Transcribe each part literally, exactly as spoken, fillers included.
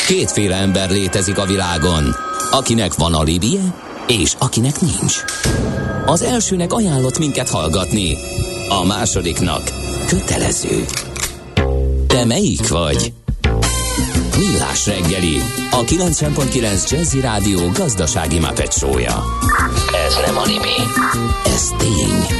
Kétféle ember létezik a világon, akinek van alibije, és akinek nincs. Az elsőnek ajánlott minket hallgatni, a másodiknak kötelező. Te melyik vagy? Millás reggeli, a kilencven pont kilenc Jazzy Rádió gazdasági Muppet show-ja. Ez nem anime, ez tény.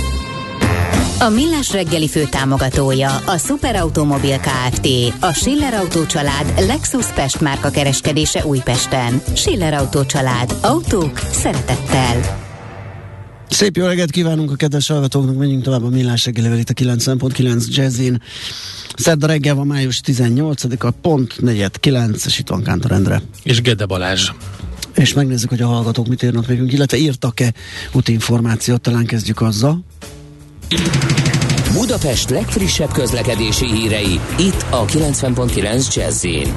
A Millás reggeli főtámogatója a Superautomobil Kft. A Schiller Autó család Lexus Pest márka kereskedése Újpesten. Schiller Autó család. Autók szeretettel. Szép jó reggelt kívánunk a kedves hallgatóknak, menjünk tovább a Millás reggelivel itt a kilencven pont kilenc Jazzin. Szerda reggel van május tizennyolcadika, pont negyed kilenc, és itt van Kántor Endre. És Gede Balázs. És megnézzük, hogy a hallgatók mit írnak nekünk, illetve írtak-e útinformációt, talán kezdjük azzal. Budapest legfrissebb közlekedési hírei, itt a kilencven pont kilenc Jazzin.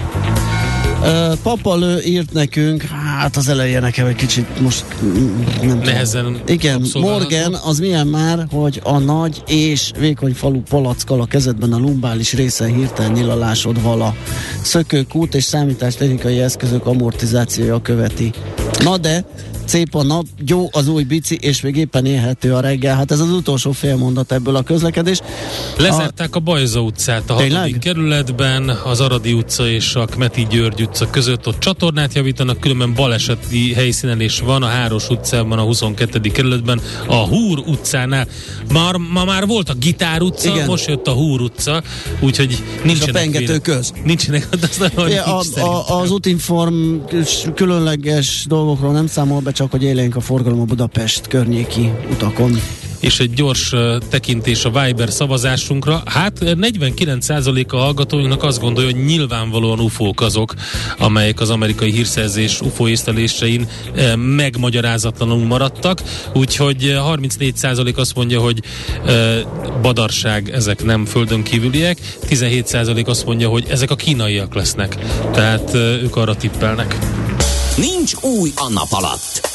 Uh, Papalő írt nekünk, hát az elején nekem egy kicsit most nem nehezen tudom. Igen, Morgan, az milyen már, hogy a nagy és vékony falu palackkal a kezedben a lumbális részen hirtelen nyilalásod vala. Szökőkút és számítástechnikai eszközök amortizációja követi. Na de, szép a nap, jó az új bici, és még éppen élhető a reggel. Hát ez az utolsó félmondat ebből a közlekedés. Lezárták a, a Bajza utcát a hatodik kerületben, az Aradi utca és a Kmeti György utca között, ott csatornát javítanak, különben baleseti helyszínelés van a Háros utcában, a huszonkettedik kerületben, a Húr utcánál. Már, ma már volt a Gitár utca, igen. Most jött a Húr utca, úgyhogy nincsenek... És a pengető köz. Nincsenek, az, ja, a, a, az útinform különleges dolgokról nem számol be, csak hogy élénk a forgalom a Budapest környéki utakon. És egy gyors uh, tekintés a Viber szavazásunkra. Hát negyvenkilenc százaléka a hallgatóinknak azt gondolja, hogy nyilvánvalóan ufók azok, amelyek az amerikai hírszerzés ufó észlelésein uh, megmagyarázatlanul maradtak. Úgyhogy uh, harmincnégy százalék azt mondja, hogy uh, badarság, ezek nem földön kívüliek. tizenhét százalék azt mondja, hogy ezek a kínaiak lesznek. Tehát uh, ők arra tippelnek. Nincs új a nap alatt.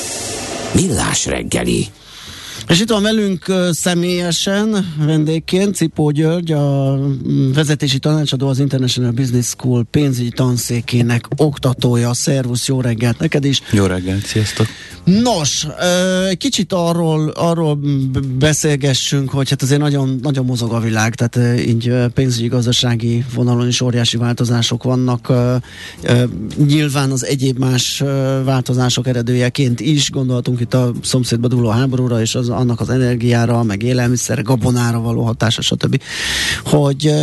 Millás reggeli. És itt van velünk uh, személyesen vendégként Cipó György, a vezetési tanácsadó, az International Business School pénzügyi tanszékének oktatója. Szervusz, jó reggelt neked is. Jó reggelt, sziasztok. Nos, uh, egy kicsit arról, arról beszélgessünk, hogy hát azért nagyon, nagyon mozog a világ, tehát uh, így uh, pénzügyi gazdasági vonalon is óriási változások vannak. Uh, uh, nyilván az egyéb más uh, változások eredőjeként is gondoltunk itt a szomszédba dúló háborúra, és az annak az energiára, meg élelmiszerre, gabonára való hatása, stb. Hogy,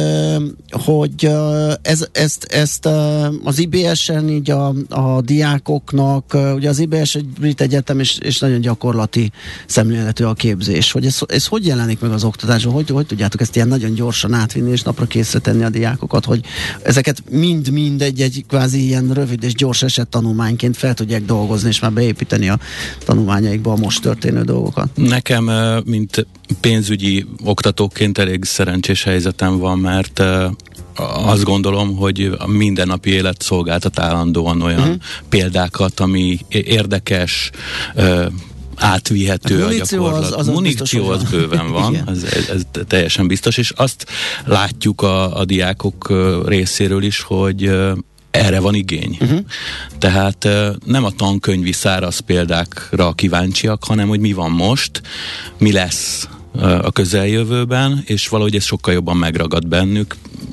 hogy ez, ezt, ezt az i bé es-en így a, a diákoknak, ugye az i bé es egy brit egyetem, és, és nagyon gyakorlati szemléletű a képzés, hogy ez, ez hogy jelenik meg az oktatásban, hogy, hogy tudjátok ezt ilyen nagyon gyorsan átvinni, és napra készre tenni a diákokat, hogy ezeket mind-mind egy-egy kvázi ilyen rövid és gyors esettanulmányként fel tudják dolgozni, és már beépíteni a tanulmányaikba a most történő dolgokat. Nekem, mint pénzügyi oktatóként elég szerencsés helyzetem van, mert azt gondolom, hogy a mindennapi élet szolgáltat állandóan olyan uh-huh. példákat, ami érdekes, átvihető a, a gyakorlat. Az, az muníció az bőven van, ez, ez, ez teljesen biztos, és azt látjuk a, a diákok részéről is, hogy erre van igény. Uh-huh. Tehát uh, nem a tankönyvi száraz példákra kíváncsiak, hanem hogy mi van most, mi lesz uh, a közeljövőben, és valahogy ez sokkal jobban megragad bennük.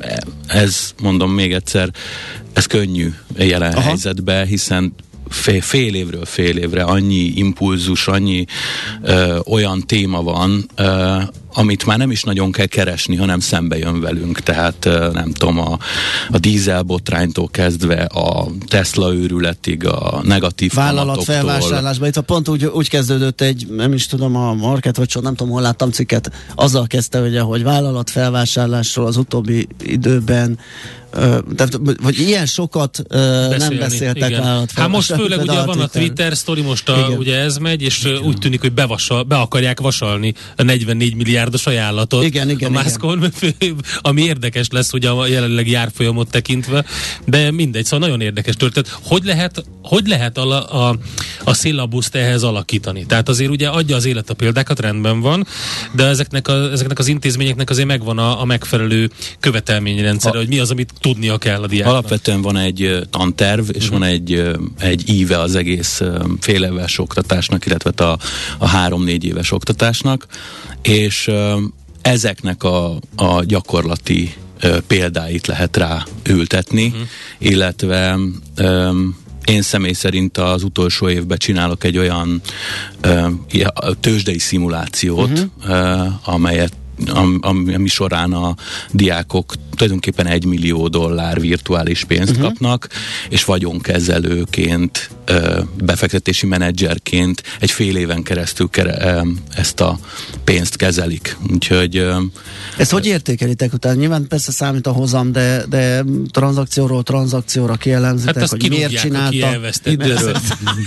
Ez, mondom még egyszer, ez könnyű jelen Aha. helyzetben, hiszen Fél, fél évről fél évre annyi impulzus, annyi ö, olyan téma van, ö, amit már nem is nagyon kell keresni, hanem szembe jön velünk. Tehát ö, nem tudom, a, a dízelbotránytól kezdve a Tesla őrületig, a negatív vállalat felvásárlásban. Itt a pont úgy, úgy kezdődött egy, nem is tudom, a Market vagy nem tudom, hol láttam cikket, azzal kezdte, ugye, hogy vállalat felvásárlásról az utóbbi időben Uh, tehát, vagy ilyen sokat uh, nem beszéltek állat. Hát most főleg ugye van a Twitter sztori, most a, ugye ez megy, és igen. úgy tűnik, hogy bevasal, be akarják vasalni a negyvennégy milliárd milliárdos ajánlatot igen, igen, a Mászkon, ami érdekes lesz, ugye a jelenlegi árfolyamot tekintve, de mindegy, szóval nagyon érdekes történet. Hogy lehet, hogy lehet a, a, a szillabuszt ehhez alakítani? Tehát azért ugye adja az élet a példákat, rendben van, de ezeknek, a, ezeknek az intézményeknek azért megvan a, a megfelelő követelményrendszere, a, hogy mi az, amit tudnia kell a diáknak. Alapvetően van egy tanterv, és uh-huh. van egy, egy íve az egész féléves oktatásnak, illetve a, a három-négy éves oktatásnak, és ezeknek a, a gyakorlati példáit lehet rá ültetni, uh-huh. illetve um, én személy szerint az utolsó évben csinálok egy olyan uh, tőzsdei szimulációt, uh-huh. uh, amelyet Am, ami során a diákok tulajdonképpen egy millió dollár virtuális pénzt uh-huh. kapnak, és vagyonkezelőként, befektetési menedzserként egy fél éven keresztül kere, ezt a pénzt kezelik. Úgyhogy... Ezt hogy értékelitek utána? Nyilván persze számít a hozam, de, de tranzakcióról tranzakcióra kielemzitek, hát hogy miért csinálta. Időről.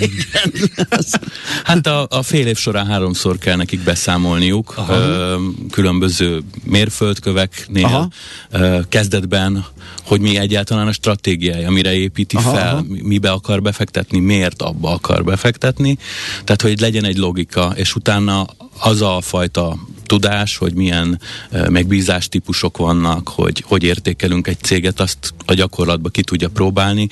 Hát a, a fél év során háromszor kell nekik beszámolniuk, Aha. különböző mérföldköveknél, Aha. kezdetben, hogy mi egyáltalán a stratégiája, mire építi aha, fel, aha. mibe akar befektetni, miért abba akar befektetni, tehát hogy legyen egy logika, és utána az a fajta tudás, hogy milyen uh, megbízás típusok vannak, hogy hogy értékelünk egy céget, azt a gyakorlatban ki tudja próbálni.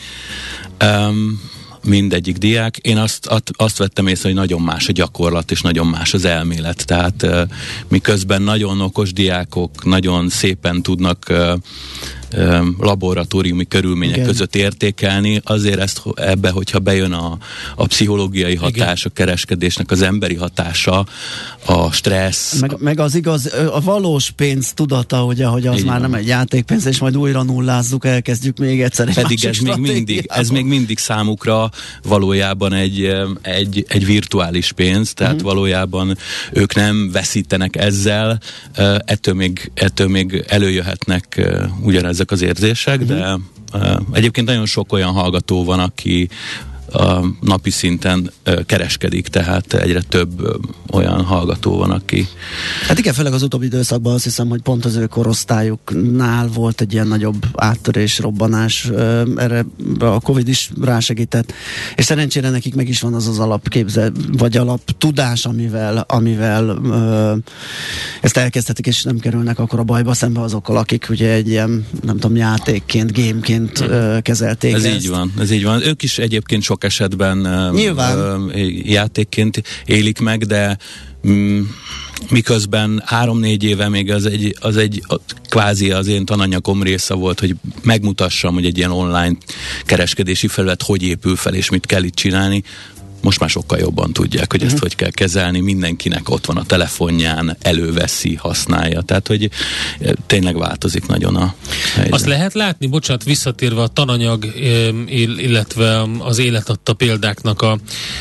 Um, mindegyik diák. Én azt, azt, azt vettem észre, hogy nagyon más a gyakorlat, és nagyon más az elmélet. Tehát uh, miközben nagyon okos diákok nagyon szépen tudnak uh, uh, laboratóriumi körülmények Igen. között értékelni, azért ezt ebbe, hogyha bejön a, a pszichológiai hatás, Igen. a kereskedésnek az emberi hatása, a stressz. Meg, meg az igaz, a valós pénz tudata, ugye, hogy az Így már van. Nem egy játékpénz, és majd újra nullázzuk, elkezdjük még egyszer. Pedig ez még, mindig, ez még mindig számukra valójában egy, egy, egy virtuális pénz, tehát uh-huh. valójában ők nem veszítenek ezzel, ettől még, ettől még előjöhetnek ugyanezek az érzések, uh-huh. de egyébként nagyon sok olyan hallgató van, aki a napi szinten ö, kereskedik, tehát egyre több ö, olyan hallgató van, aki... Hát igen, főleg az utóbbi időszakban azt hiszem, hogy pont az ő korosztályuknál volt egy ilyen nagyobb áttörés, robbanás, ö, erre a Covid is rásegített, és szerencsére nekik meg is van az az alapképzel, vagy alaptudás, amivel, amivel ö, ezt elkezdhetik, és nem kerülnek akkor a bajba szembe azokkal, akik ugye egy ilyen, nem tudom, játékként, gameként ö, kezelték Ez ezt. így van, ez így van. Ők is egyébként sok esetben uh, játékként élik meg, de mm, miközben három-négy éve még az egy, az egy kvázi az én tananyagom része volt, hogy megmutassam, hogy egy ilyen online kereskedési felület hogy épül fel, és mit kell itt csinálni. Most már sokkal jobban tudják, hogy ezt uh-huh. hogy kell kezelni, mindenkinek ott van a telefonján, előveszi, használja, tehát hogy tényleg változik nagyon a helyzet. Azt lehet látni, bocsánat, visszatérve a tananyag, illetve az életadta példáknak a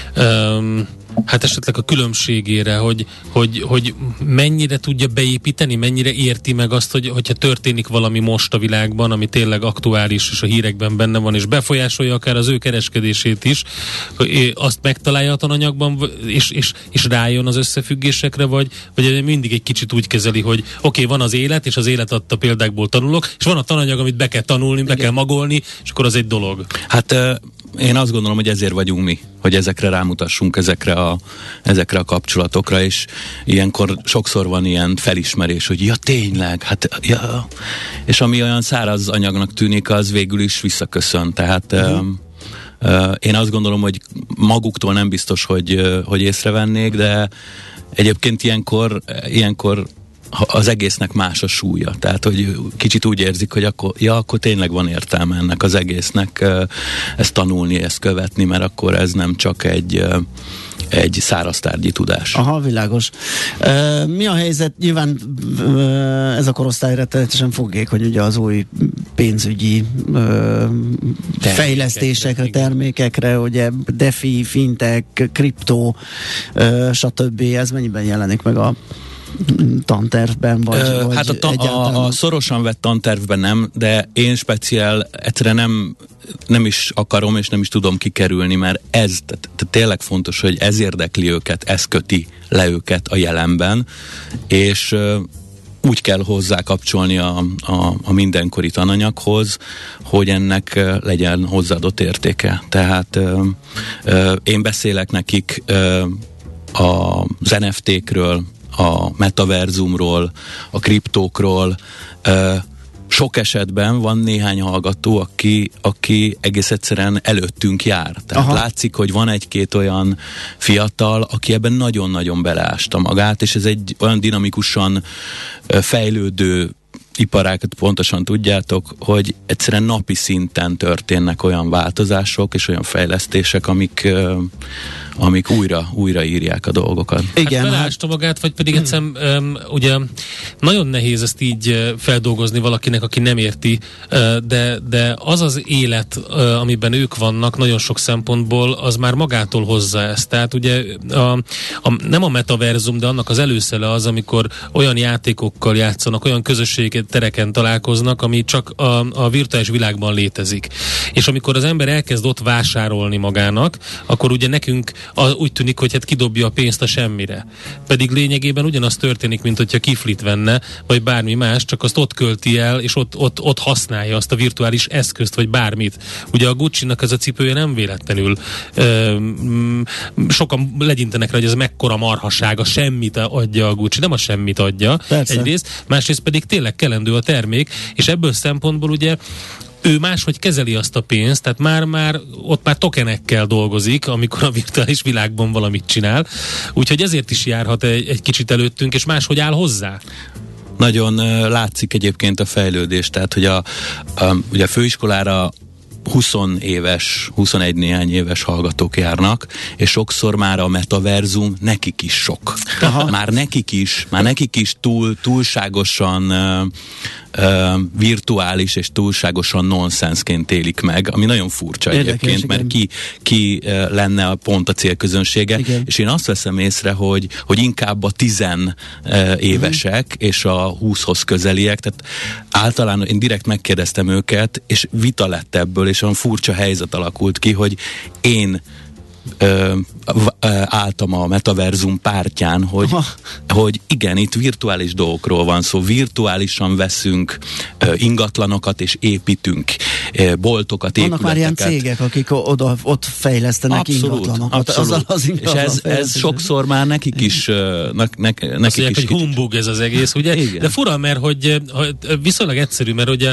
um, hát esetleg a különbségére, hogy, hogy, hogy mennyire tudja beépíteni, mennyire érti meg azt, hogy, hogyha történik valami most a világban, ami tényleg aktuális, és a hírekben benne van, és befolyásolja akár az ő kereskedését is, azt megtalálja a tananyagban, és, és, és rájön az összefüggésekre, vagy, vagy mindig egy kicsit úgy kezeli, hogy oké, okay, van az élet, és az élet adta példákból tanulok, és van a tananyag, amit be kell tanulni, be Igen. kell magolni, és akkor az egy dolog. Hát uh, én azt gondolom, hogy ezért vagyunk mi, hogy ezekre rámutassunk, ezekre a, ezekre a kapcsolatokra, és ilyenkor sokszor van ilyen felismerés, hogy ja tényleg, hát ja. És ami olyan száraz anyagnak tűnik, az végül is visszaköszön, tehát uh-huh. uh, uh, én azt gondolom, hogy maguktól nem biztos, hogy, uh, hogy észrevennék, de egyébként ilyenkor, ilyenkor az egésznek más a súlya. Tehát, hogy kicsit úgy érzik, hogy akkor, ja, akkor tényleg van értelme ennek az egésznek ezt tanulni, ezt követni, mert akkor ez nem csak egy egy száraztárgyi tudás. Aha, világos. Uh, mi a helyzet? Nyilván uh, ez a korosztály rettenetesen fogék, hogy ugye az új pénzügyi uh, fejlesztésekre, termékekre, ugye DeFi, fintech, kriptó, uh, stb. Ez mennyiben jelenik meg a tantervben, vagy, Ö, vagy hát a, ta, a, a szorosan vett tantervben nem, de én speciál egyszerűen nem, nem is akarom, és nem is tudom kikerülni, mert ez tehát, tehát tényleg fontos, hogy ez érdekli őket, ez köti le őket a jelenben, és ö, úgy kell hozzá kapcsolni a, a, a mindenkori tananyaghoz, hogy ennek legyen hozzáadott értéke. Tehát ö, ö, én beszélek nekik ö, az en ef té-kről, a metaverzumról, a kriptókról. Ö, sok esetben van néhány hallgató, aki, aki egész egyszerűen előttünk jár. Tehát Aha. látszik, hogy van egy-két olyan fiatal, aki ebben nagyon-nagyon beleásta magát, és ez egy olyan dinamikusan fejlődő iparágat, pontosan tudjátok, hogy egyszerűen napi szinten történnek olyan változások és olyan fejlesztések, amik, amik újra, újra írják a dolgokat. Igen, hát beleásta magát, vagy pedig egyszerűen um, ugye nagyon nehéz ezt így feldolgozni valakinek, aki nem érti, de, de az az élet, amiben ők vannak nagyon sok szempontból, az már magától hozza ezt. Tehát ugye a, a, nem a metaverzum, de annak az előszele az, amikor olyan játékokkal játszanak, olyan közösségeket tereken találkoznak, ami csak a, a virtuális világban létezik. És amikor az ember elkezd ott vásárolni magának, akkor ugye nekünk az, úgy tűnik, hogy hát kidobja a pénzt a semmire. Pedig lényegében ugyanaz történik, mint hogyha kiflit venne, vagy bármi más, csak azt ott költi el, és ott, ott, ott használja azt a virtuális eszközt, vagy bármit. Ugye a Gucci-nak ez a cipője nem véletlenül. Ö, sokan legyintenek rá, hogy ez mekkora marhaság, a semmit adja a Gucci, nem a semmit adja. Persze. Egyrészt, másrészt pedig tényleg kelendő a termék, és ebből szempontból ugye ő máshogy kezeli azt a pénzt, tehát már-már ott már tokenekkel dolgozik, amikor a virtuális világban valamit csinál. Úgyhogy ezért is járhat egy, egy kicsit előttünk, és máshogy áll hozzá. Nagyon uh, látszik egyébként a fejlődés, tehát hogy a, a, ugye a főiskolára húsz éves, huszonegy néhány éves hallgatók járnak, és sokszor már a metaverzum nekik is sok. Aha. Már nekik is, már nekik is túl, túlságosan uh, uh, virtuális és túlságosan nonsensként élik meg, ami nagyon furcsa Érdekes, egyébként, igen. mert ki, ki uh, lenne a pont a célközönsége, igen. és én azt veszem észre, hogy, hogy inkább a tizen uh, évesek uh-huh. és a húszhoz közeliek, tehát általán én direkt megkérdeztem őket, és vita lett ebből, és olyan furcsa helyzet alakult ki, hogy én ö, ö, álltam a metaverzum pártján, hogy, hogy igen, itt virtuális dolgokról van szó, virtuálisan veszünk ö, ingatlanokat és építünk ö, boltokat, vannak épületeket. Vannak már ilyen cégek, akik oda, ott fejlesztenek abszolút, ingatlanokat. Abszolút. Az és ez, ez sokszor már nekik is ö, ne, ne, nekik azt mondják, is hogy humbug ez az egész, ugye? Igen. De fura, mert hogy viszonylag egyszerű, mert ugye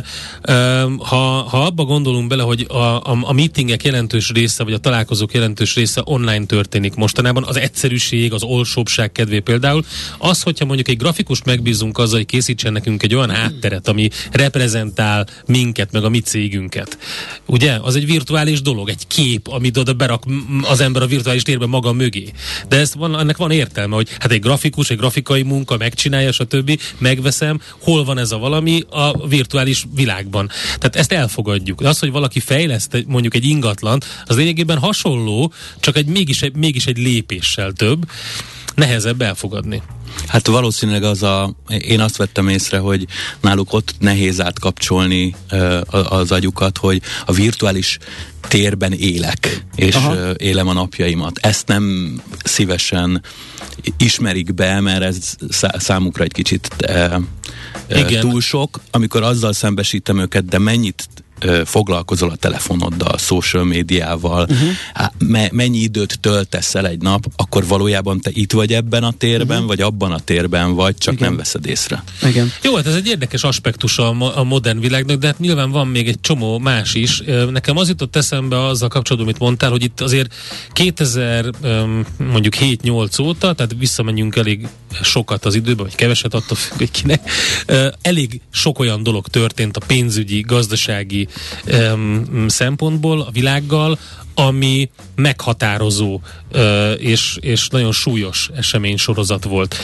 ha, ha abba gondolunk bele, hogy a, a, a meetingek jelentős része, vagy a találkozók jelentős része online történik mostanában, az egyszerűség, az olcsóbbság kedvé például, az, hogyha mondjuk egy grafikust megbízunk azzal, hogy készítsen nekünk egy olyan hátteret, ami reprezentál minket, meg a mi cégünket. Ugye? Az egy virtuális dolog, egy kép, amit oda berak az ember a virtuális térben maga mögé. De ezt van, ennek van értelme, hogy hát egy grafikus, egy grafikai munka megcsinálja, stb. Megveszem, hol van ez a valami a virtuális világban. Tehát ezt elfogadjuk. De az, hogy valaki fejleszt mondjuk egy ingatlant, az lényegében hasonló, csak egy mégis, egy mégis egy lépéssel több, nehezebb elfogadni. Hát valószínűleg az a, én azt vettem észre, hogy náluk ott nehéz átkapcsolni uh, az agyukat, hogy a virtuális térben élek, és uh, élem a napjaimat. Ezt nem szívesen ismerik be, mert ez számukra egy kicsit uh, uh, túl sok. Amikor azzal szembesítem őket, de mennyit foglalkozol a telefonoddal, social médiával, uh-huh. hát, me- mennyi időt töltesz el egy nap, akkor valójában te itt vagy ebben a térben, uh-huh. vagy abban a térben vagy, csak Igen. nem veszed észre. Igen. Jó, hát ez egy érdekes aspektus a, mo- a modern világnak, de hát nyilván van még egy csomó más is. Nekem az jutott eszembe azzal kapcsolatban, amit mondtál, hogy itt azért kétezer mondjuk hét-nyolc óta, tehát visszamenjünk elég sokat az időben, vagy keveset, attól függ, hogy kinek. Elég sok olyan dolog történt a pénzügyi, gazdasági Um, szempontból, a világgal, ami meghatározó uh, és, és nagyon súlyos eseménysorozat volt.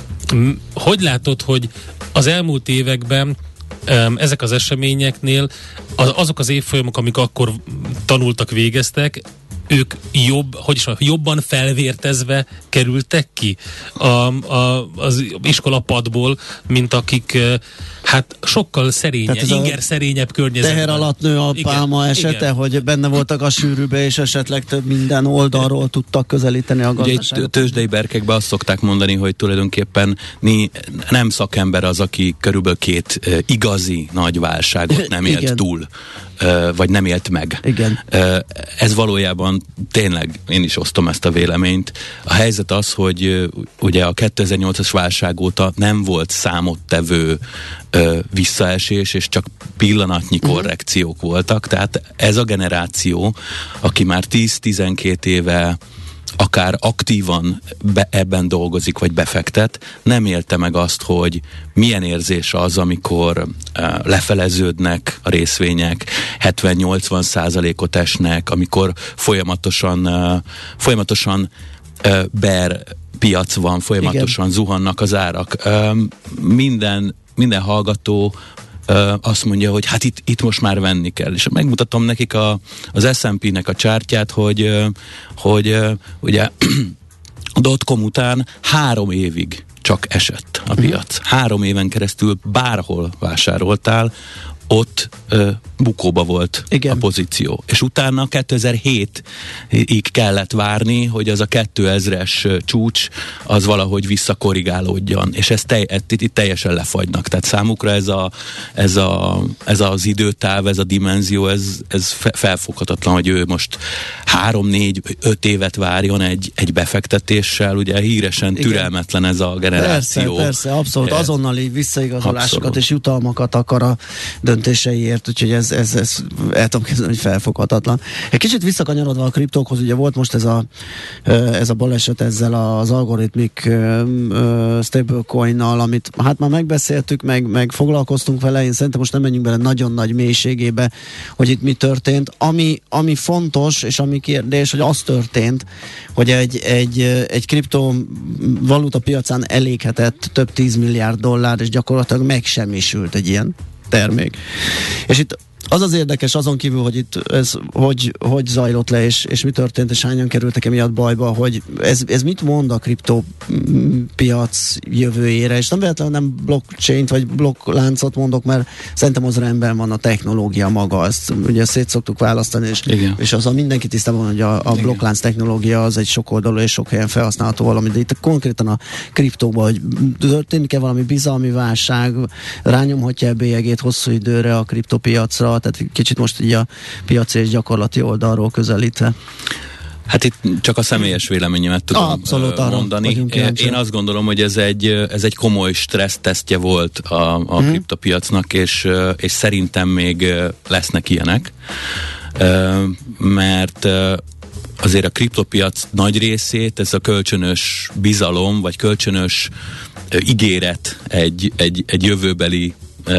Hogy látod, hogy az elmúlt években um, ezek az eseményeknél az, azok az évfolyamok, amik akkor tanultak, végeztek, ők jobb, hogy is mondjam, jobban felvértezve kerültek ki a, a, az iskolapadból, mint akik hát sokkal szerényebb, inger szerényebb környezetben. Teher alatt nő a pálma igen, esete, igen. hogy benne voltak a sűrűbe, és esetleg több minden oldalról tudtak közelíteni a gazdaságot. Ugye tőzsdei berkekben azt szokták mondani, hogy tulajdonképpen ni, nem szakember az, aki körülbelül két uh, igazi nagy válságot nem élt igen. túl, uh, vagy nem élt meg. Igen. Uh, ez valójában tényleg, én is osztom ezt a véleményt. A helyzet az, hogy uh, ugye a kétezer-nyolcas válság óta nem volt számottevő uh, visszaesés, és csak pillanatnyi uh-huh. korrekciók voltak, tehát ez a generáció, aki már tíz-tizenkét éve akár aktívan be, ebben dolgozik, vagy befektet, nem élte meg azt, hogy milyen érzés az, amikor uh, lefeleződnek a részvények, hetven-nyolcvan százalékot esnek, amikor folyamatosan, uh, folyamatosan uh, bear piac van, folyamatosan igen. zuhannak az árak. Uh, minden, minden hallgató Uh, azt mondja, hogy hát itt, itt most már venni kell. És megmutatom nekik a, az es and pé-nek a csártyát, hogy, uh, hogy uh, ugye a dotcom után három évig csak esett a piac. Három éven keresztül bárhol vásároltál, ott uh, bukóba volt igen. a pozíció. És utána kétezer-hétig kellett várni, hogy az a kétezres uh, csúcs az valahogy visszakorrigálódjon. És ezt te, itt teljesen lefagynak. Tehát számukra ez, a, ez, a, ez az időtáv, ez a dimenzió, ez, ez felfoghatatlan, hogy ő most három, négy, öt évet várjon egy, egy befektetéssel. Ugye híresen igen. türelmetlen ez a generáció. Persze, persze, abszolút. Azonnali visszaigazolásokat abszolút. És jutalmakat akar a döntéseiért, úgyhogy ez, ez, ez el tudom képzelni, hogy felfoghatatlan. Egy kicsit visszakanyarodva a kriptókhoz, ugye volt most ez a, ez a baleset ezzel az algoritmik stablecoin-nal, amit hát már megbeszéltük, meg, meg foglalkoztunk vele, én szerintem most nem menjünk bele nagyon nagy mélységébe, hogy itt mi történt. Ami, ami fontos, és ami kérdés, hogy az történt, hogy egy, egy, egy kriptovaluta piacán eléghetett több tíz milliárd dollár, és gyakorlatilag megsemmisült egy ilyen termék. És itt az az érdekes, azon kívül, hogy itt ez hogy, hogy zajlott le, és, és mi történt, és hányan kerültek emiatt bajba, hogy ez, ez mit mond a kriptopiac jövőjére, és nem véletlenül nem blockchain-t vagy blokkláncot mondok, mert szerintem az rendben van a technológia maga, ezt ugye szét szoktuk választani, és, és az a mindenki tisztában van, hogy a, a blokklánc technológia az egy sokoldalú és sok helyen felhasználható valami, de itt konkrétan a kriptóban, hogy történik-e valami bizalmi válság, rányomhatja a bélyegét hosszú időre a kriptopiacra, tehát kicsit most így a piaci és gyakorlati oldalról közelítve. Hát itt csak a személyes véleményemet tudom Abszolút, mondani. Én azt gondolom, hogy ez egy, ez egy komoly stressztesztje volt a, a hmm. kriptopiacnak, és, és szerintem még lesznek ilyenek, mert azért a kriptopiac nagy részét ez a kölcsönös bizalom, vagy kölcsönös ígéret egy, egy, egy jövőbeli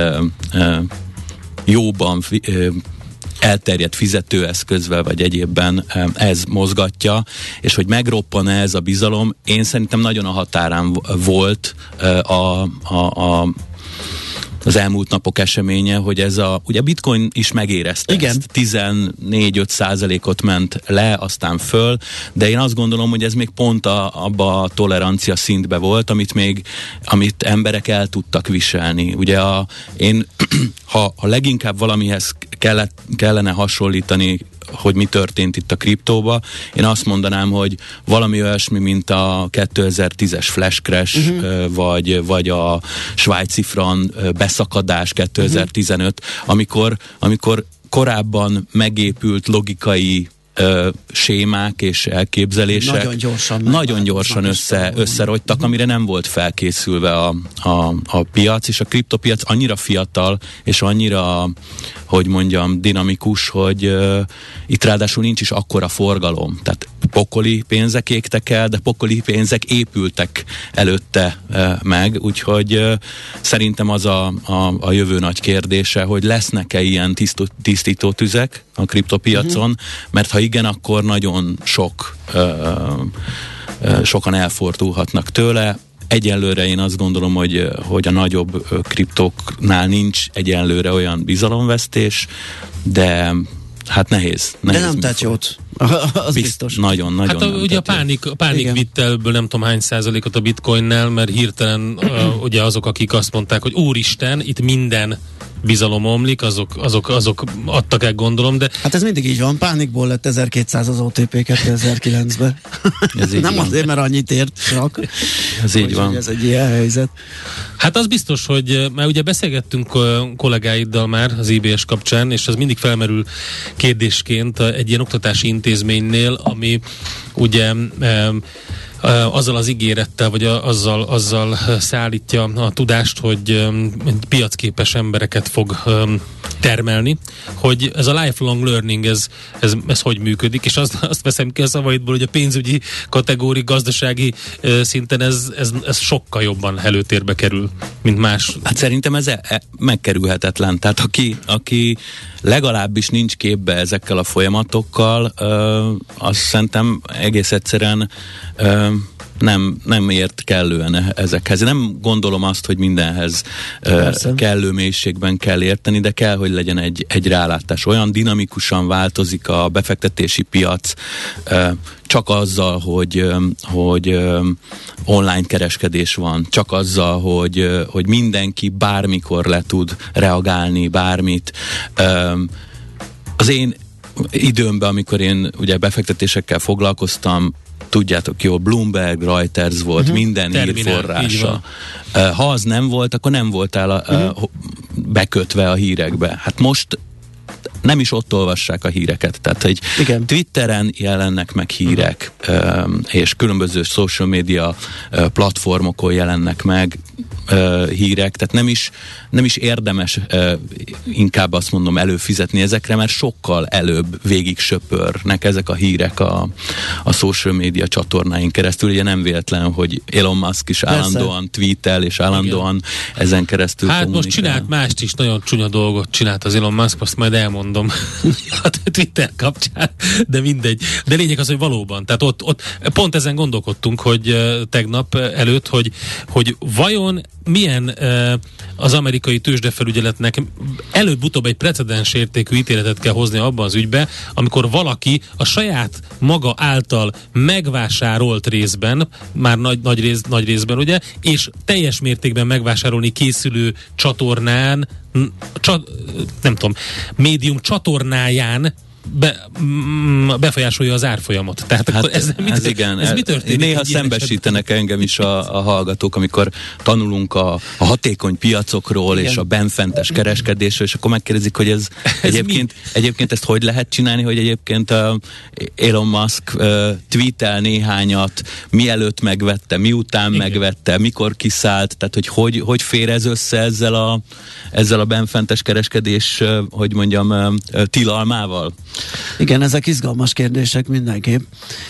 jóban elterjedt fizetőeszközvel, vagy egyébben ez mozgatja, és hogy megroppan ez a bizalom, én szerintem nagyon a határán volt a, a, a az elmúlt napok eseménye, hogy ez a, ugye a bitcoin is megérezte igen. ezt, tizennégy-öt százalékot ment le, aztán föl, de én azt gondolom, hogy ez még pont a, abba a tolerancia szintbe volt, amit még, amit emberek el tudtak viselni. Ugye a, én, ha, ha leginkább valamihez kellett, kellene hasonlítani, hogy mi történt itt a kriptóba, én azt mondanám, hogy valami olyasmi, mint a kétezer-tízes flash crash, uh-huh. vagy, vagy a svájci frank beszakadás kétezer-tizenöt, uh-huh. amikor, amikor korábban megépült logikai Ö, sémák és elképzelések nagyon gyorsan, nagyon gyorsan össze, összerogytak, uh-huh. amire nem volt felkészülve a, a, a piac, és a kriptopiac annyira fiatal, és annyira, hogy mondjam, dinamikus, hogy uh, itt ráadásul nincs is akkora forgalom. Tehát pokoli pénzek égtek el, de pokoli pénzek épültek előtte uh, meg, úgyhogy uh, szerintem az a, a, a jövő nagy kérdése, hogy lesznek-e ilyen tisztó, tisztító tüzek a kriptopiacon, uh-huh. mert ha igen, akkor nagyon sok uh, uh, sokan elfordulhatnak tőle. Egyelőre én azt gondolom, hogy, hogy a nagyobb uh, kriptóknál nincs egyelőre olyan bizalomvesztés, de hát nehéz. nehéz De nem tett jót. Az Bizt, biztos. Nagyon, nagyon. Hát a, ugye a pánik, a pánik vittelből nem tudom hány százalékot a bitcoinnel, mert hirtelen uh, ugye azok, akik azt mondták, hogy úristen, itt minden bizalom omlik, azok, azok, azok adtak el, gondolom, de... Hát ez mindig így van, pánikból lett ezerkétszáz az o té pé kétezer-kilencben. Nem van. Azért, mert annyit ért csak. Ez így van. Ez egy ilyen helyzet. Hát az biztos, hogy már ugye beszélgettünk kollégáiddal már az i bé es kapcsán, és az mindig felmerül kérdésként egy ilyen oktatási intézménynél, ami ugye azzal az ígérettel, vagy azzal, azzal szállítja a tudást, hogy piacképes embereket fog termelni, hogy ez a lifelong learning, ez, ez, ez hogy működik, és azt, azt veszem ki a szavaidból, hogy a pénzügyi kategóri, gazdasági szinten ez, ez, ez sokkal jobban előtérbe kerül, mint más. Hát szerintem ez e, e, megkerülhetetlen. Tehát aki, aki legalábbis nincs képbe ezekkel a folyamatokkal, ö, azt szerintem egész egyszerűen ö, nem, nem ért kellően ezekhez. Nem gondolom azt, hogy mindenhez uh, kellő mélységben kell érteni, de kell, hogy legyen egy, egy rálátás. Olyan dinamikusan változik a befektetési piac, uh, csak azzal, hogy, hogy online kereskedés van, csak azzal, hogy, hogy mindenki bármikor le tud reagálni bármit. Az én időmben, amikor én ugye befektetésekkel foglalkoztam, tudjátok jól, Bloomberg, Reuters volt, uh-huh. minden hírforrása. Ha az nem volt, akkor nem voltál a, uh-huh. bekötve a hírekbe. Hát most nem is ott olvassák a híreket. Tehát, hogy igen. Twitteren jelennek meg hírek, uh-huh. és különböző social media platformokon jelennek meg hírek, tehát nem is, nem is érdemes inkább azt mondom előfizetni ezekre, mert sokkal előbb végig söpörnek ezek a hírek a, a social media csatornáin keresztül. Ugye nem véletlen, hogy Elon Musk is Persze. állandóan tweetel, és állandóan igen. ezen keresztül hát kommunikál. Most csinált mást is, nagyon csúnya dolgot csinált az Elon Musk, azt majd elmondom a Twitter kapcsán, de mindegy. De lényeg az, hogy valóban, tehát ott, ott pont ezen gondolkodtunk, hogy tegnap előtt, hogy, hogy vajon milyen uh, az amerikai tőzsdefelügyeletnek előbb-utóbb egy precedens értékű ítéletet kell hozni abban az ügybe, amikor valaki a saját maga által megvásárolt részben, már nagy, nagy, rész, nagy részben, ugye, és teljes mértékben megvásárolni készülő csatornán, csa, nem tudom, médium csatornáján Be, befolyásolja az árfolyamot. Tehát hát ez, mit, ez igen. Ez mi történik? Néha szembesítenek engem is a, a hallgatók, amikor tanulunk a, a hatékony piacokról, igen. és a benfentes kereskedésről, és akkor megkérdezik, hogy ez, ez egyébként, egyébként ezt hogy lehet csinálni, hogy egyébként uh, Elon Musk uh, tweetel néhányat, mielőtt megvette, miután igen. megvette, mikor kiszállt, tehát hogy hogy, hogy fér ez össze ezzel a, ezzel a benfentes kereskedés, uh, hogy mondjam, uh, tilalmával? Igen, ezek izgalmas kérdések mindenképp.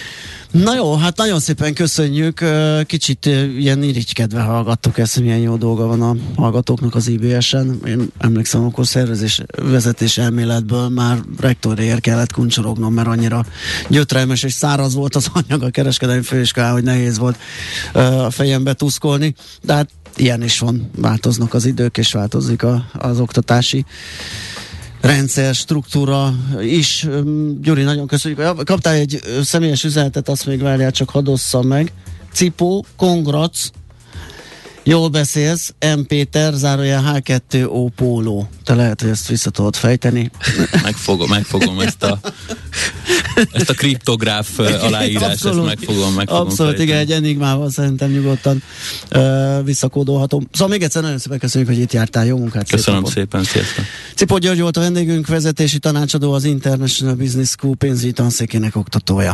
Na jó, hát nagyon szépen köszönjük. Kicsit ilyen irigykedve hallgattuk ezt, milyen jó dolga van a hallgatóknak az i bé es-en. Én emlékszem, akkor szervezés, vezetés elméletből már rektorért kellett kuncsorognom, mert annyira gyötrelmes és száraz volt az anyag a kereskedelmi főiskolán, hogy nehéz volt a fejembe tuszkolni. De hát ilyen is van, változnak az idők, és változik a, az oktatási rendszer, struktúra is. Gyuri, nagyon köszönjük. Kaptál egy személyes üzenetet, azt még várjál, csak hadd osszam meg. Cipó, kongrac, jól beszélsz, M. Péter, zárójel há kettő ó póló. Te lehet, hogy ezt vissza tudod fejteni. Megfogom, megfogom ezt a ezt a kriptográf aláírás, ezt megfogom, megfogom Abszolút, fejteni. Igen, egy enigmával szerintem nyugodtan uh, visszakódolhatom. Szóval még egyszer nagyon szépen köszönjük, hogy itt jártál. Jó munkát! Köszönöm szépen, sziasztok! Cipó György volt a vendégünk, vezetési tanácsadó, az International Business School pénzügyi tanszékének oktatója.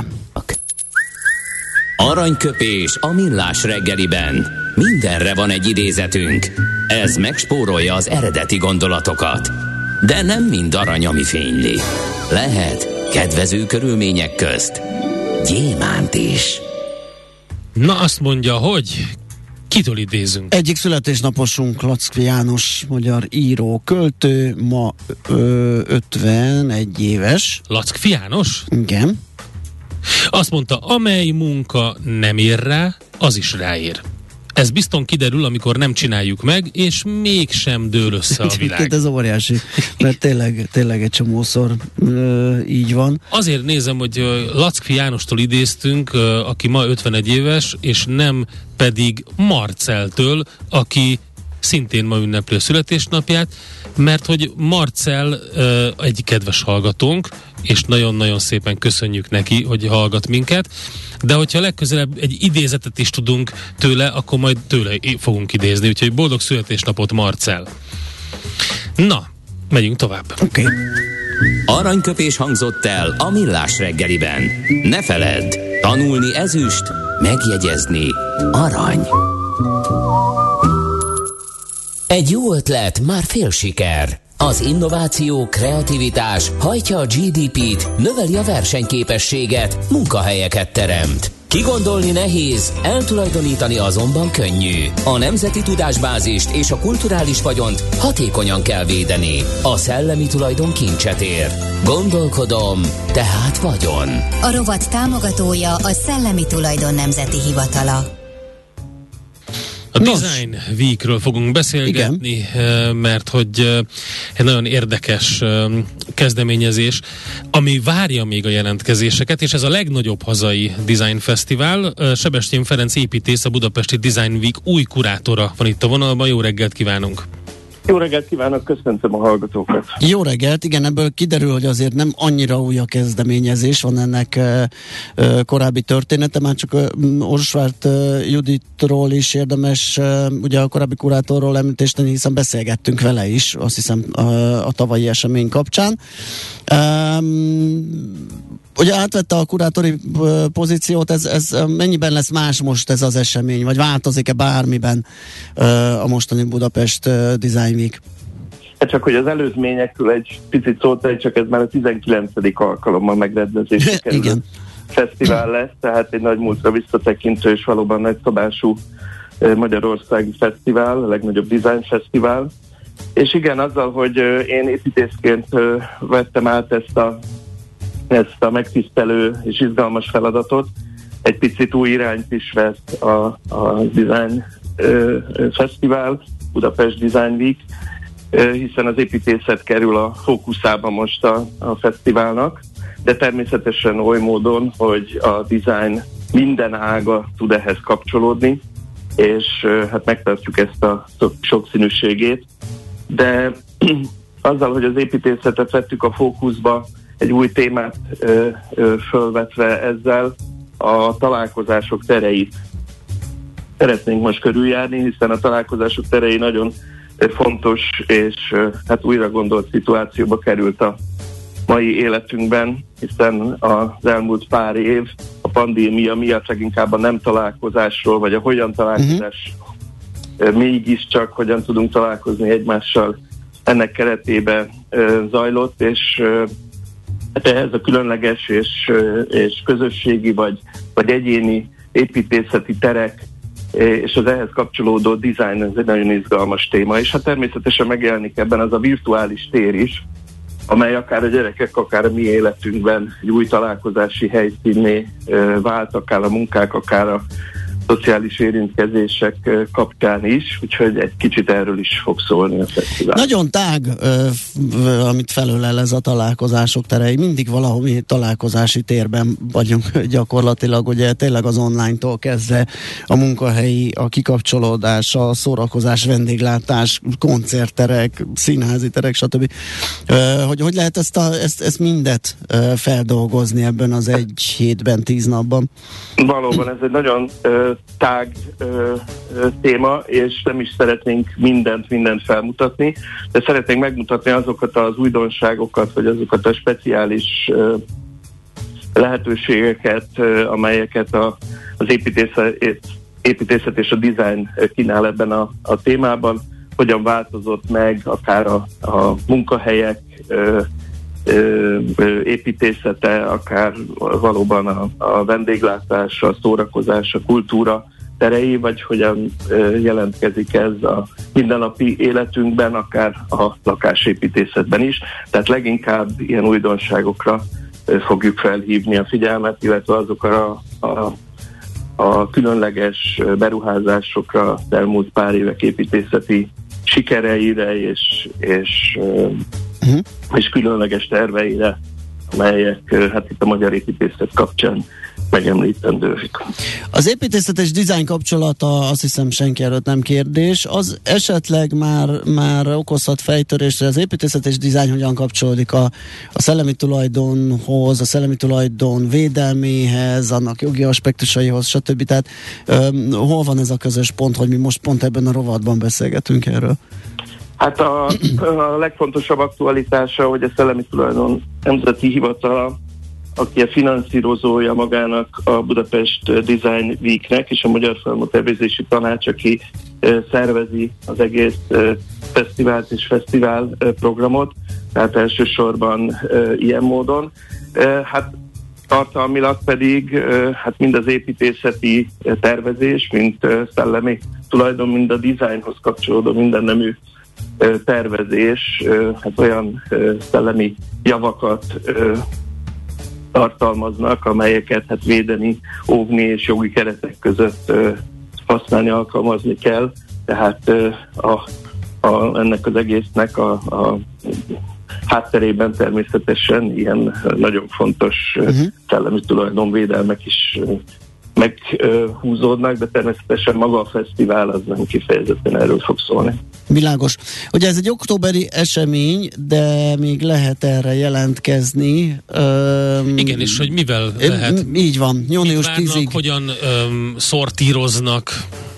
Aranyköpés a millás reggeliben. Mindenre van egy idézetünk. Ez megspórolja az eredeti gondolatokat. De nem mind arany, ami fényli. Lehet kedvező körülmények közt gyémánt is. Na azt mondja, hogy kitől idézünk? Egyik születésnaposunk Lackfi János, magyar író, költő, ma ö, ötvenegy éves. Lackfi János? Igen. Azt mondta, amely munka nem ér rá, az is ráér. Ez bizton kiderül, amikor nem csináljuk meg, és mégsem dől össze a világ. Ez óriási, mert tényleg, tényleg egy csomószor ö, így van. Azért nézem, hogy Lackfi Jánostól idéztünk, aki ma ötvenegy éves, és nem pedig Marceltől, aki szintén ma ünnepli a születésnapját, mert hogy Marcel uh, egy kedves hallgatónk, és nagyon-nagyon szépen köszönjük neki, hogy hallgat minket, de hogyha legközelebb egy idézetet is tudunk tőle, akkor majd tőle fogunk idézni, úgyhogy boldog születésnapot, Marcel! Na, megyünk tovább. Oké. Okay. Aranyköpés hangzott el a Millás reggeliben. Ne feledd, tanulni ezüst, megjegyezni arany. Egy jó ötlet, már fél siker. Az innováció, kreativitás hajtja a gé dé pét, növeli a versenyképességet, munkahelyeket teremt. Kigondolni nehéz, eltulajdonítani azonban könnyű. A nemzeti tudásbázist és a kulturális vagyont hatékonyan kell védeni. A szellemi tulajdon kincset ér. Gondolkodom, tehát vagyon. A rovat támogatója a Szellemi Tulajdon Nemzeti Hivatala. A Design Weekről fogunk beszélgetni, igen, mert hogy egy nagyon érdekes kezdeményezés, ami várja még a jelentkezéseket, és ez a legnagyobb hazai Design Fesztivál. Sebestyén Ferenc építész, a Budapesti Design Week új kurátora van itt a vonalban. Jó reggelt kívánunk! Jó reggelt kívánok, köszöntöm a hallgatókat. Jó reggelt, igen, ebből kiderül, hogy azért nem annyira új a kezdeményezés, van ennek e, e, korábbi története, már csak e, Orsvárt e, Juditról is érdemes e, ugye a korábbi kurátorról említést tenni, hiszen beszélgettünk vele is, azt hiszem a, a tavalyi esemény kapcsán. E, ugye átvette a kurátori pozíciót, ez, ez mennyiben lesz más most ez az esemény, vagy változik-e bármiben e, a mostani Budapest Design Week? Hát csak, hogy az előzményekről egy picit szólt, csak ez már a tizenkilencedik alkalommal megrendezésre kerülő fesztivál lesz, tehát egy nagy múltra visszatekintő és valóban nagyszabású magyarországi fesztivál, a legnagyobb design fesztivál. És igen, azzal, hogy én építészként vettem át ezt a, ezt a megtisztelő és izgalmas feladatot, egy picit új irányt is vesz a, a design fesztivál, Budapest Design Week, hiszen az építészet kerül a fókuszába most a, a fesztiválnak, de természetesen oly módon, hogy a design minden ága tud ehhez kapcsolódni, és hát megtartjuk ezt a sokszínűségét, de azzal, hogy az építészetet vettük a fókuszba, egy új témát ö, ö, fölvetve ezzel, a találkozások tereit szeretnénk most körüljárni, hiszen a találkozások terei nagyon fontos és hát újra gondolt szituációba került a mai életünkben, hiszen az elmúlt pár év a pandémia miatt leginkább a nem találkozásról, vagy a hogyan találkozás uh-huh. mégiscsak hogyan tudunk találkozni egymással, ennek keretében zajlott, és hát ehhez a különleges és, és közösségi vagy, vagy egyéni építészeti terek és az ehhez kapcsolódó design, ez egy nagyon izgalmas téma, és hát természetesen megjelenik ebben az a virtuális tér is, amely akár a gyerekek, akár a mi életünkben egy új találkozási helyszínné vált, akár a munkák, akár a szociális érintkezések kapcsán is, úgyhogy egy kicsit erről is fog szólni a fesztivál. Nagyon tág, amit felölel ez a találkozások terei, mindig valahol találkozási térben vagyunk gyakorlatilag, ugye tényleg az online-tól kezdve a munkahelyi, a kikapcsolódás, a szórakozás, vendéglátás, koncertterek, színházi terek, stb. Hogy, hogy lehet ezt, a, ezt, ezt mindet feldolgozni ebben az egy hétben, tíz napban? Valóban ez egy nagyon tág ö, ö, téma, és nem is szeretnénk mindent, mindent felmutatni, de szeretnénk megmutatni azokat az újdonságokat, vagy azokat a speciális ö, lehetőségeket, ö, amelyeket a, az építészet, építészet és a design kínál ebben a, a témában, hogyan változott meg akár a, a munkahelyek ö, ö, ö, építészete, akár valóban a, a vendéglátás, a szórakozás, a kultúra terei, vagy hogyan ö, jelentkezik ez a mindennapi életünkben, akár a lakásépítészetben is. Tehát leginkább ilyen újdonságokra ö, fogjuk felhívni a figyelmet, illetve azokra a, a a különleges beruházásokra, az elmúlt pár évek építészeti sikereire és, és, uh-huh. és különleges terveire, amelyek hát itt a magyar építészet kapcsán megemlítendők. Az építészet és dizájn kapcsolata, azt hiszem senki előtt nem kérdés, az esetleg már, már okozhat fejtörést, hogy az építészet és dizájn hogyan kapcsolódik a, a szellemi tulajdonhoz, a szellemi tulajdon védelméhez, annak jogi aspektusaihoz, stb. Tehát um, hol van ez a közös pont, hogy mi most pont ebben a rovatban beszélgetünk erről? Hát a, a legfontosabb aktualitása, hogy a Szellemi Tulajdon Nemzeti Hivatala, aki a finanszírozója magának a Budapest Design Weeknek, és a Magyar Filmtervezési Tanács, aki e, szervezi az egész e, fesztivált és fesztivál e, programot, tehát elsősorban e, ilyen módon. E, hát tartalmilag pedig e, hát mind az építészeti e, tervezés, mint e, szellemi tulajdon, mind a designhoz kapcsolódó mindennemű e, tervezés, e, hát olyan e, szellemi javakat e, tartalmaznak, amelyeket hát védeni, óvni és jogi keretek között uh, használni, alkalmazni kell. Tehát uh, a, a, ennek az egésznek a, a hátterében természetesen ilyen nagyon fontos uh-huh. szellemi tulajdonvédelmek is uh, meghúzódnak, uh, de természetesen maga a fesztivál az nem kifejezetten erről fog szólni. Világos. Ugye ez egy októberi esemény, de még lehet erre jelentkezni. Öm, Igen, és hogy mivel lehet? Így van, június tízig. Hogyan öm, szortíroznak?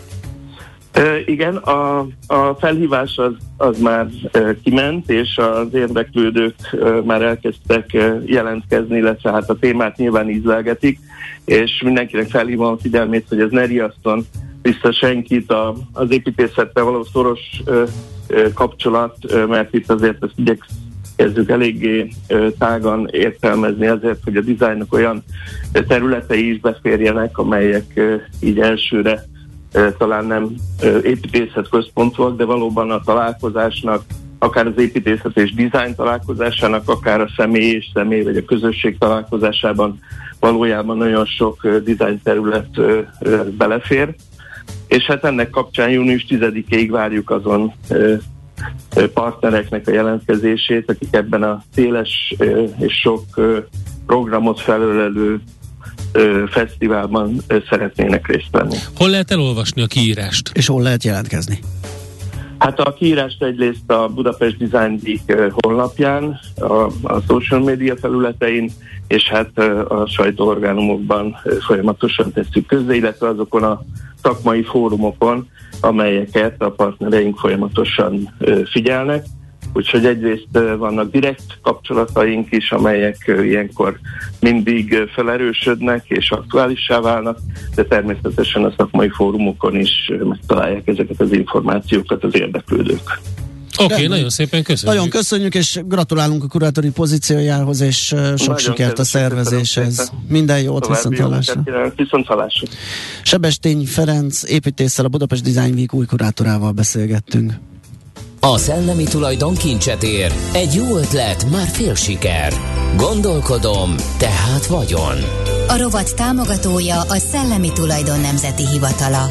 Uh, igen, a, a felhívás az, az már uh, kiment, és az érdeklődők uh, már elkezdtek uh, jelentkezni, illetve hát a témát nyilván ízlelgetik, és mindenkinek felhívom a figyelmét, hogy ez ne riaszton vissza senkit a, az építészettel való szoros ö, ö, kapcsolat, ö, mert itt azért ezt igyekezzük eléggé ö, tágan értelmezni azért, hogy a dizájnnak olyan területei is beférjenek, amelyek ö, így elsőre ö, talán nem ö, építészet központúak, de valóban a találkozásnak, akár az építészet és dizájn találkozásának, akár a személy és személy, vagy a közösség találkozásában valójában nagyon sok ö, dizájn terület ö, ö, belefér. És hát ennek kapcsán június tizedikéig várjuk azon ö, ö, partnereknek a jelentkezését, akik ebben a széles ö, és sok ö, programot felölelő ö, fesztiválban ö, szeretnének részt venni. Hol lehet elolvasni a kiírást? És hol lehet jelentkezni? Hát a kiírást egyrészt a Budapest Design Week honlapján, a, a social media felületein, és hát a sajtóorgánumokban folyamatosan tesszük közzé, illetve azokon a szakmai fórumokon, amelyeket a partnereink folyamatosan figyelnek. Úgyhogy egyrészt vannak direkt kapcsolataink is, amelyek ilyenkor mindig felerősödnek és aktuálissá válnak, de természetesen a szakmai fórumokon is megtalálják ezeket az információkat az érdeklődők. Oké, okay, nagyon szépen köszönjük. Nagyon köszönjük, és gratulálunk a kurátori pozíciójához, és sok nagyon sikert a szervezéshez. Minden jót, viszonthallásra. Viszonthallásra. Sebestény Ferenc építésszel, a Budapest Design Week új kurátorával beszélgettünk. A szellemi tulajdon kincset ér. Egy jó ötlet, már fél siker. Gondolkodom, tehát vagyon. A rovat támogatója a Szellemi Tulajdon Nemzeti Hivatala.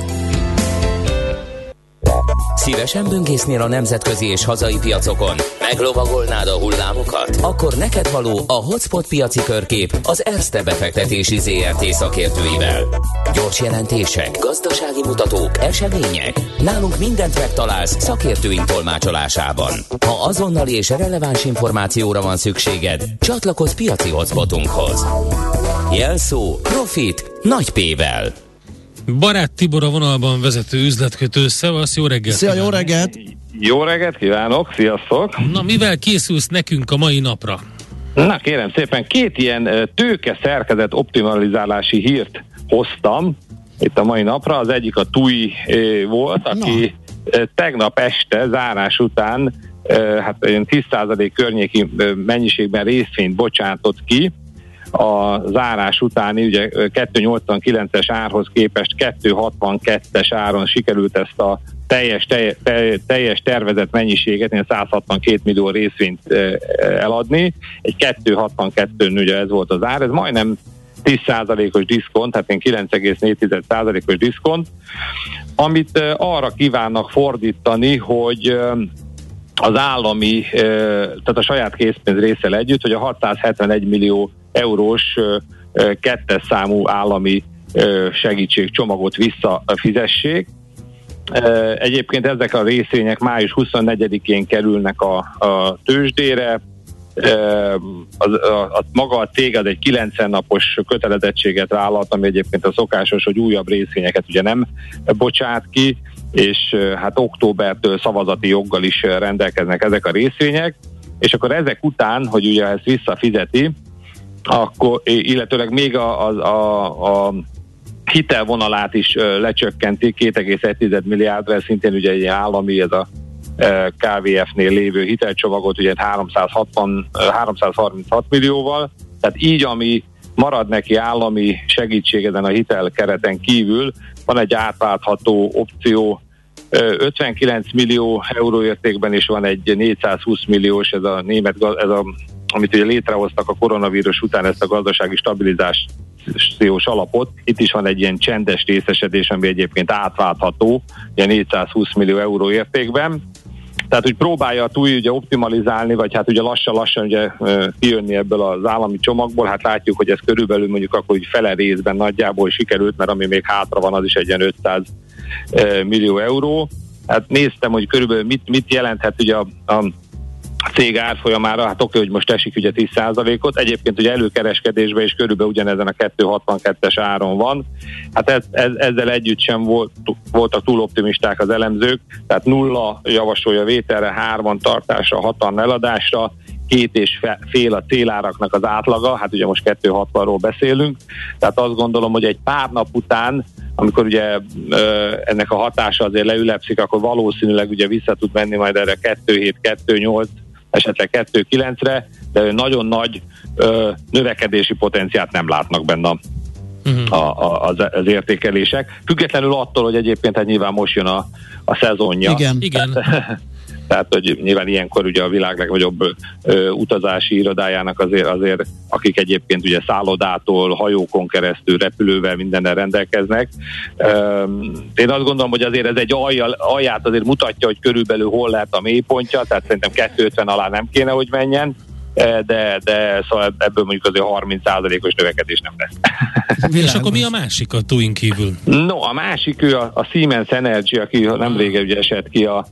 Szívesen böngésznél a nemzetközi és hazai piacokon? Meglovagolnád a hullámokat? Akkor neked való a Hotspot piaci körkép az Erste befektetési zé er té szakértőivel. Gyors jelentések, gazdasági mutatók, események. Nálunk mindent megtalálsz szakértőink tolmácsolásában. Ha azonnali és releváns információra van szükséged, csatlakozz piaci hotspotunkhoz. Jelszó Profit nagy P-vel. Barát Tibor a vonalban vezető üzletkötő. Szevasz, jó reggelt! Szia, jó reggelt! Jó reggelt kívánok, sziasztok! Na, mivel készülsz nekünk a mai napra? Na kérem szépen, két ilyen tőke szerkezet optimalizálási hírt hoztam itt a mai napra. Az egyik a té u i volt, aki Na. tegnap este zárás után hát olyan tíz százalék környéki mennyiségben részvényt bocsátott ki. A zárás utáni ugye kettő nyolcvankilences árhoz képest kettő hatvankettes áron sikerült ezt a teljes, teljes, teljes tervezett mennyiséget, ilyen száz hatvankét millió részvényt eladni. Egy kettő hatvankettőn ugye ez volt az ár, ez majdnem tíz százalékos diszkont, tehát én kilenc egész négy százalékos diszkont, amit arra kívánnak fordítani, hogy az állami, tehát a saját készpénz részsel együtt, hogy a hatszázhetvenegy millió eurós kettes számú állami segítségcsomagot visszafizessék. Egyébként ezek a részvények május huszonnegyedikén kerülnek a, a tőzsdére. Az, a, a, maga a cég az egy kilencven napos kötelezettséget vállalt, ami egyébként a szokásos, hogy újabb részvényeket ugye nem bocsát ki, és hát októbertől szavazati joggal is rendelkeznek ezek a részvények, és akkor ezek után, hogy ugye ezt visszafizeti, akkor, illetőleg még a, a, a, a hitelvonalát is lecsökkenti két egész egy milliárdra, szintén ugye egy állami, ez a ká vé ef-nél lévő hitelcsomagot ugye háromszázhatvan, háromszázharminchat millióval, tehát így, ami marad neki állami segítség ezen a hitelkereten kívül, van egy átváltható opció ötvenkilenc millió euró értékben, és van egy négyszázhúsz milliós, ez a német, ez a, amit ugye létrehoztak a koronavírus után, ezt a gazdasági stabilizációs alapot. Itt is van egy ilyen csendes részesedés, ami egyébként átváltható, ilyen négyszázhúsz millió euró értékben. Tehát úgy próbálja a túl ugye optimalizálni, vagy hát ugye lassan-lassan ugye kijönni ebből az állami csomagból. Hát látjuk, hogy ez körülbelül mondjuk akkor úgy fele részben nagyjából sikerült, mert ami még hátra van, az is egy ilyen ötszáz millió euró. Hát néztem, hogy körülbelül mit, mit jelenthet ugye a, a cég árfolyamára, hát oké, hogy most esik ugye tíz százalékot, egyébként ugye előkereskedésben is körülbelül ugyanezen a kettő hatvankettes áron van, hát ez, ez, ezzel együtt sem volt, voltak túl optimisták az elemzők, tehát nulla javasolja vételre, hárman tartásra, hatan eladásra, két és fél a céláraknak az átlaga, hát ugye most kettő hatvanról beszélünk, tehát azt gondolom, hogy egy pár nap után, amikor ugye ennek a hatása azért leülepszik, akkor valószínűleg ugye vissza tud menni majd erre kettő hét, kettő nyolc, esetleg kettő kilencre, de nagyon nagy ö, növekedési potenciált nem látnak benne a, uh-huh. a, a, az, az értékelések. Függetlenül attól, hogy egyébként hát nyilván most jön a, a szezonja. Igen. Igen. Tehát, hogy nyilván ilyenkor ugye a világ legnagyobb ö, utazási irodájának azért, azért, akik egyébként ugye szállodától, hajókon keresztül, repülővel, mindennel rendelkeznek. Ö, én azt gondolom, hogy azért ez egy aljal, alját azért mutatja, hogy körülbelül hol lehet a mélypontja, tehát szerintem kétszázötven alá nem kéne, hogy menjen, de, de szóval ebből mondjuk azért harminc százalékos növekedés nem lesz. És akkor mi a másik a TUI-n kívül? No, a másik ő a, a Siemens Energy, aki nemrég ugye esett ki a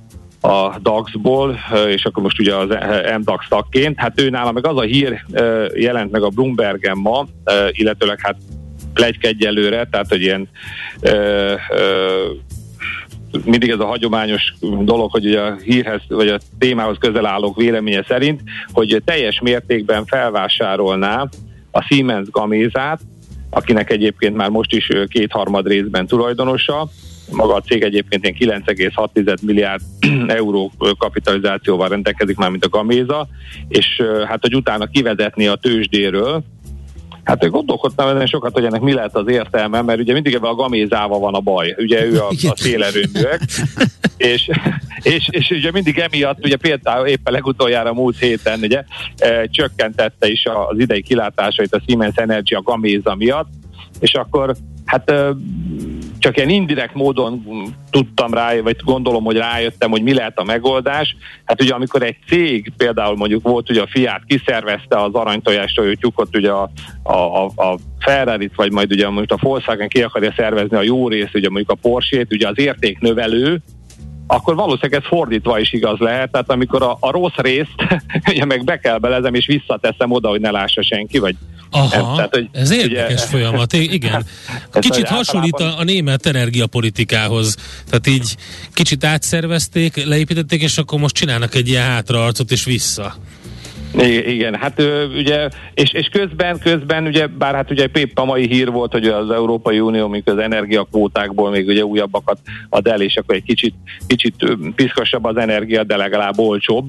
a daxból, és akkor most ugye az em dax tagként. Hát ő nála meg az a hír jelent meg a Bloombergen ma, illetőleg hát pletyka egyelőre, tehát hogy ilyen ö, ö, mindig ez a hagyományos dolog, hogy ugye a hírhez, vagy a témához közel állók véleménye szerint, hogy teljes mértékben felvásárolná a Siemens Gamézát, akinek egyébként már most is kétharmad részben tulajdonosa. Maga a cég egyébként ilyen kilenc egész hat milliárd euró kapitalizációval rendelkezik már, mint a Gaméza, és hát, hogy utána kivezetni a tőzsdéről, hát gondolkodtam ezen sokat, hogy ennek mi lehet az értelme, mert ugye mindig ebben a Gamézával van a baj, ugye ő a, a szélerőművek, és, és, és ugye mindig emiatt, ugye például éppen legutoljára múlt héten ugye e, csökkentette is az idei kilátásait a Siemens Energy a Gaméza miatt, és akkor hát csak ilyen indirekt módon tudtam rá, vagy gondolom, hogy rájöttem, hogy mi lehet a megoldás. Hát ugye amikor egy cég, például mondjuk volt ugye a Fiat, kiszervezte az aranytojástól tyúkot, ugye a, a, a Ferrarit, vagy majd ugye mondjuk a Volkswagen ki akarja szervezni a jó részt, ugye mondjuk a Porsche-t, ugye az értéknövelő, akkor valószínűleg ez fordítva is igaz lehet, tehát amikor a, a rossz részt ugye meg bekelbelezem és visszateszem oda, hogy ne lássa senki, vagy aha, nem, tehát, hogy, ez érdekes ugye, folyamat, igen. Kicsit hasonlít a, a német energiapolitikához, tehát így kicsit átszervezték, leépítették, és akkor most csinálnak egy ilyen hátraarcot és vissza. Igen, hát ugye, és, és közben, közben ugye, bár hát ugye épp a mai hír volt, hogy az Európai Unió, mikor az energiakvótákból még ugye újabbakat ad el, és akkor egy kicsit, kicsit piszkosabb az energia, de legalább olcsóbb.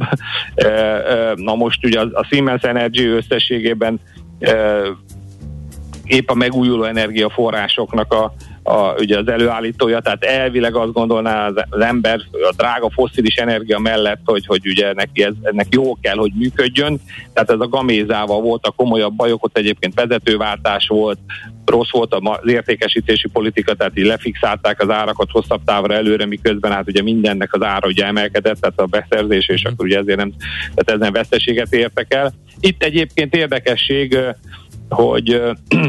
Na most ugye a Siemens Energy összességében épp a megújuló energiaforrásoknak a, a, ugye az előállítója, tehát elvileg azt gondolná az, az ember a drága fosszilis energia mellett, hogy, hogy ugye neki ez, ennek jó kell, hogy működjön. Tehát ez a Gamézával volt a komolyabb bajok, ott egyébként vezetőváltás volt, rossz volt az értékesítési politika, tehát így lefixálták az árakat hosszabb távra előre, miközben hát ugye mindennek az ára ugye emelkedett, tehát a beszerzés, és akkor ugye ezért nem, tehát ezen veszteséget értek el. Itt egyébként érdekesség, hogy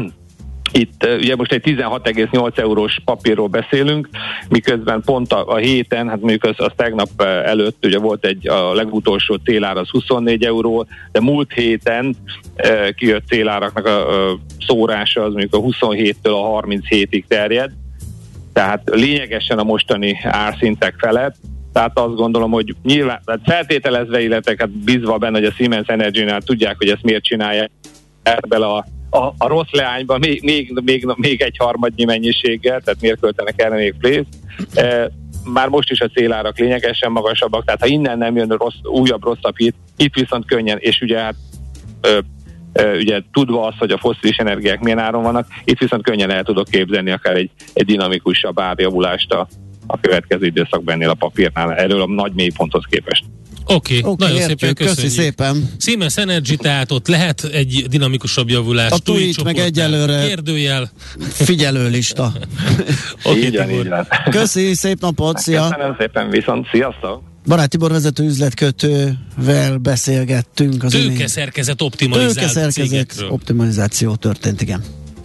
itt ugye most egy tizenhat egész nyolc eurós papírról beszélünk, miközben pont a, a héten, hát mondjuk az, az tegnap előtt ugye volt egy a legutolsó célár az huszonnégy euró, de múlt héten e, kijött céláraknak a, a szórása az mondjuk a huszonhéttől a harminchétig terjed, tehát lényegesen a mostani árszintek felett. Tehát azt gondolom, hogy nyilván hát feltételezve, illetve hát bízva benne, hogy a Siemens Energy-nál tudják, hogy ezt miért csinálják ebben a A, a rossz leányban még, még, még, még egy harmadnyi mennyiséggel, tehát miért költenek erre még pénzt. E, már most is a célárak lényegesen magasabbak, tehát ha innen nem jön rossz, újabb rosszabb hit, itt viszont könnyen, és ugye hát ö, ö, ugye tudva azt, hogy a fosszilis energiák milyen áron vannak, itt viszont könnyen el tudok képzelni akár egy, egy dinamikusabb árjavulást a, a következő időszakban ennél a papírnál, erről a nagy mélyponthoz képest. Oké, okay, okay, nagyon értjük, szépen köszönjük. Köszi szépen. Siemens Energy, tehát ott lehet egy dinamikusabb javulás. A Twitch meg egyelőre kérdőjel. Figyelőlista. Okay, így van, így van. Köszi, szép napot, szia. Köszönöm szépen, viszont sziasztok. Barát Tibor vezető üzletkötővel beszélgettünk. Az Tőkeszerkezet optimalizáció. Tőkeszerkezet optimalizáció történt, igen.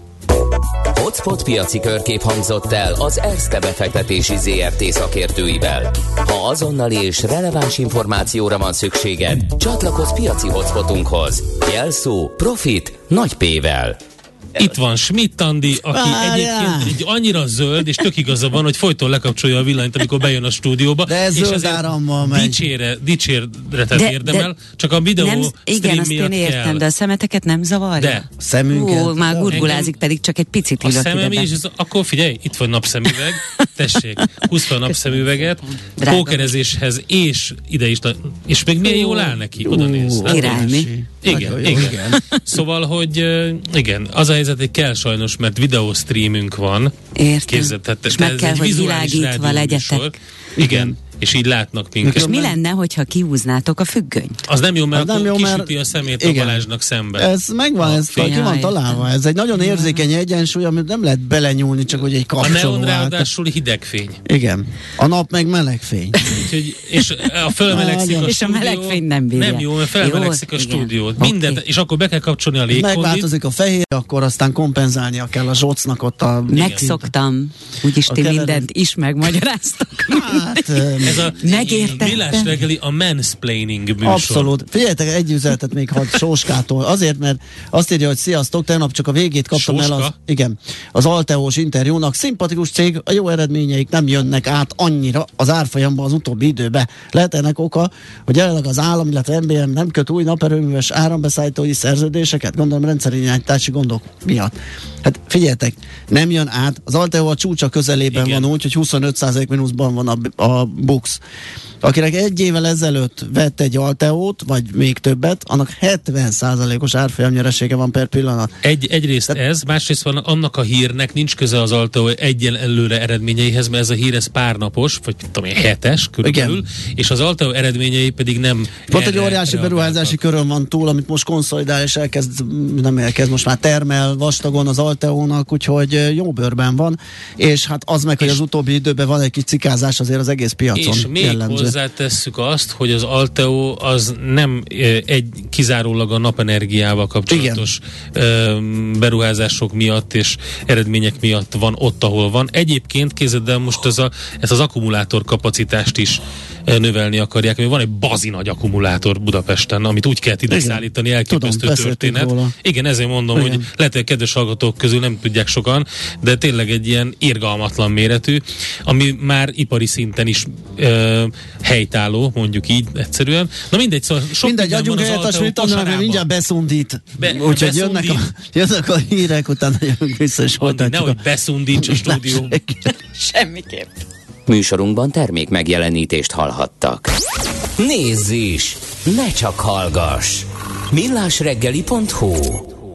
Hotspot piaci körkép hangzott el az Erste befektetési zé er té szakértőivel. Ha azonnali és releváns információra van szükséged, csatlakozz piaci hotspotunkhoz. Jelszó Profit nagy P-vel. Itt van Schmidt Andi, aki ah, egyébként egy annyira zöld, és tök igaza van, hogy folyton lekapcsolja a villanyt, amikor bejön a stúdióba. De ez és zöld árammal megy. Dicsére, dicsérretet de, érdemel, de csak a videó nem, igen, azt én értem, kell. De a szemeteket nem zavarja? De. A szemünket. Ó, már gurgulázik, pedig csak egy picit ülök. A szemem is, ez, akkor figyelj, itt van napszemüveg, tessék, húsz fel a napszemüveget, pókerezéshez, és ide is, és még milyen jól áll neki, oda néz. Király, mi? Igen, igen, igen. Szóval, hogy igen, az a helyzet, hogy kell sajnos, mert videóstreamünk van. Értem. Képzeld, tehát, és meg kell, hogy világítva legyetek. Igen. És így látnak minket. És mi lenne, hogyha kiúznátok a függönyt? Az nem jó, mert az akkor jó, kisüti a szemét igen. a Balázsnak szembe. Ez megvan, ez ki van találva. Ez egy nagyon érzékeny egyensúly, amit nem lehet belenyúlni, csak hogy egy kapcsoló. A neon ráadásul hidegfény. Igen. A nap meg melegfény. Úgyhogy, és a fölmelegszik a és stúdió. a melegfény nem bírja. Nem jó, mert felmelegszik a stúdiót. Mindent, okay. És akkor be kell kapcsolni a légkondit. Megváltozik a fehér, akkor aztán kompenzálnia kell a zsocnak ott a... Megszoktam. Úgyis ti mindent is megmagyaráztok. Hát, ez a Millás reggeli a mansplaining műsor. Abszolút. Figyeljetek, egy üzenetet még hadd Sóskától. Azért, mert azt írja, hogy sziasztok, tegnap csak a végét kaptam Sóska? el az, igen, az Alteós interjúnak. Szimpatikus cég, a jó eredményeik nem jönnek át annyira az árfolyamban az utóbbi időben. Lehet ennek oka, hogy jelenleg az állam, illetve em bé em nem köt új naperőműves árambeszállítói szerződéseket, gondolom rendszerirányítási gondok miatt. Hát figyeljetek, nem jön át. Az Alteo a csúcsa közelében igen. van úgy, hogy huszonöt százalék mínuszban van a, a Bux. Akinek egy évvel ezelőtt vett egy Alteót, vagy még többet, annak hetven százalékos árfolyamnyeresége van per pillanat. Egy, egyrészt Te- ez, másrészt van annak a hírnek nincs köze az Alteo egyen előre eredményeihez, mert ez a hír ez párnapos, vagy tudom én, hetes körülbelül, igen. és az Alteo eredményei pedig nem. Pont egy óriási beruházási körön van túl, amit most konszolidál, és elkezd, nem elkezd, most már termel vastagon az Alteónak, úgyhogy jó bőrben van, és hát az meg, hogy az utóbbi időben van egy kis cikázás azért az egész piacon. És még jellemző. Hozzátesszük azt, hogy az Alteo az nem egy kizárólag a napenergiával kapcsolatos igen. beruházások miatt és eredmények miatt van ott, ahol van. Egyébként képzeld el most ez a, ezt az akkumulátor kapacitást is növelni akarják, mert van egy bazi nagy akkumulátor Budapesten, amit úgy kell ide szállítani, elképesztő Tudom, történet. Róla. Igen, ezért mondom, igen. hogy lehet, hogy kedves hallgatók közül nem tudják sokan, de tényleg egy ilyen irgalmatlan méretű, ami már ipari szinten is ö, helytálló, mondjuk így egyszerűen. Na mindegy, szóval sok mindegy, adjunk helyet a Smitannal, mert mindjárt beszundít. Be, Úgyhogy jönnek a, jönnek a hírek, utána jönnek vissza, és folytatjuk. Nehogy beszundíts a stúdióba. Semmiképp. Műsorunkban termék megjelenítést hallhattak. Nézz is! Ne csak hallgass! millásreggeli pont hu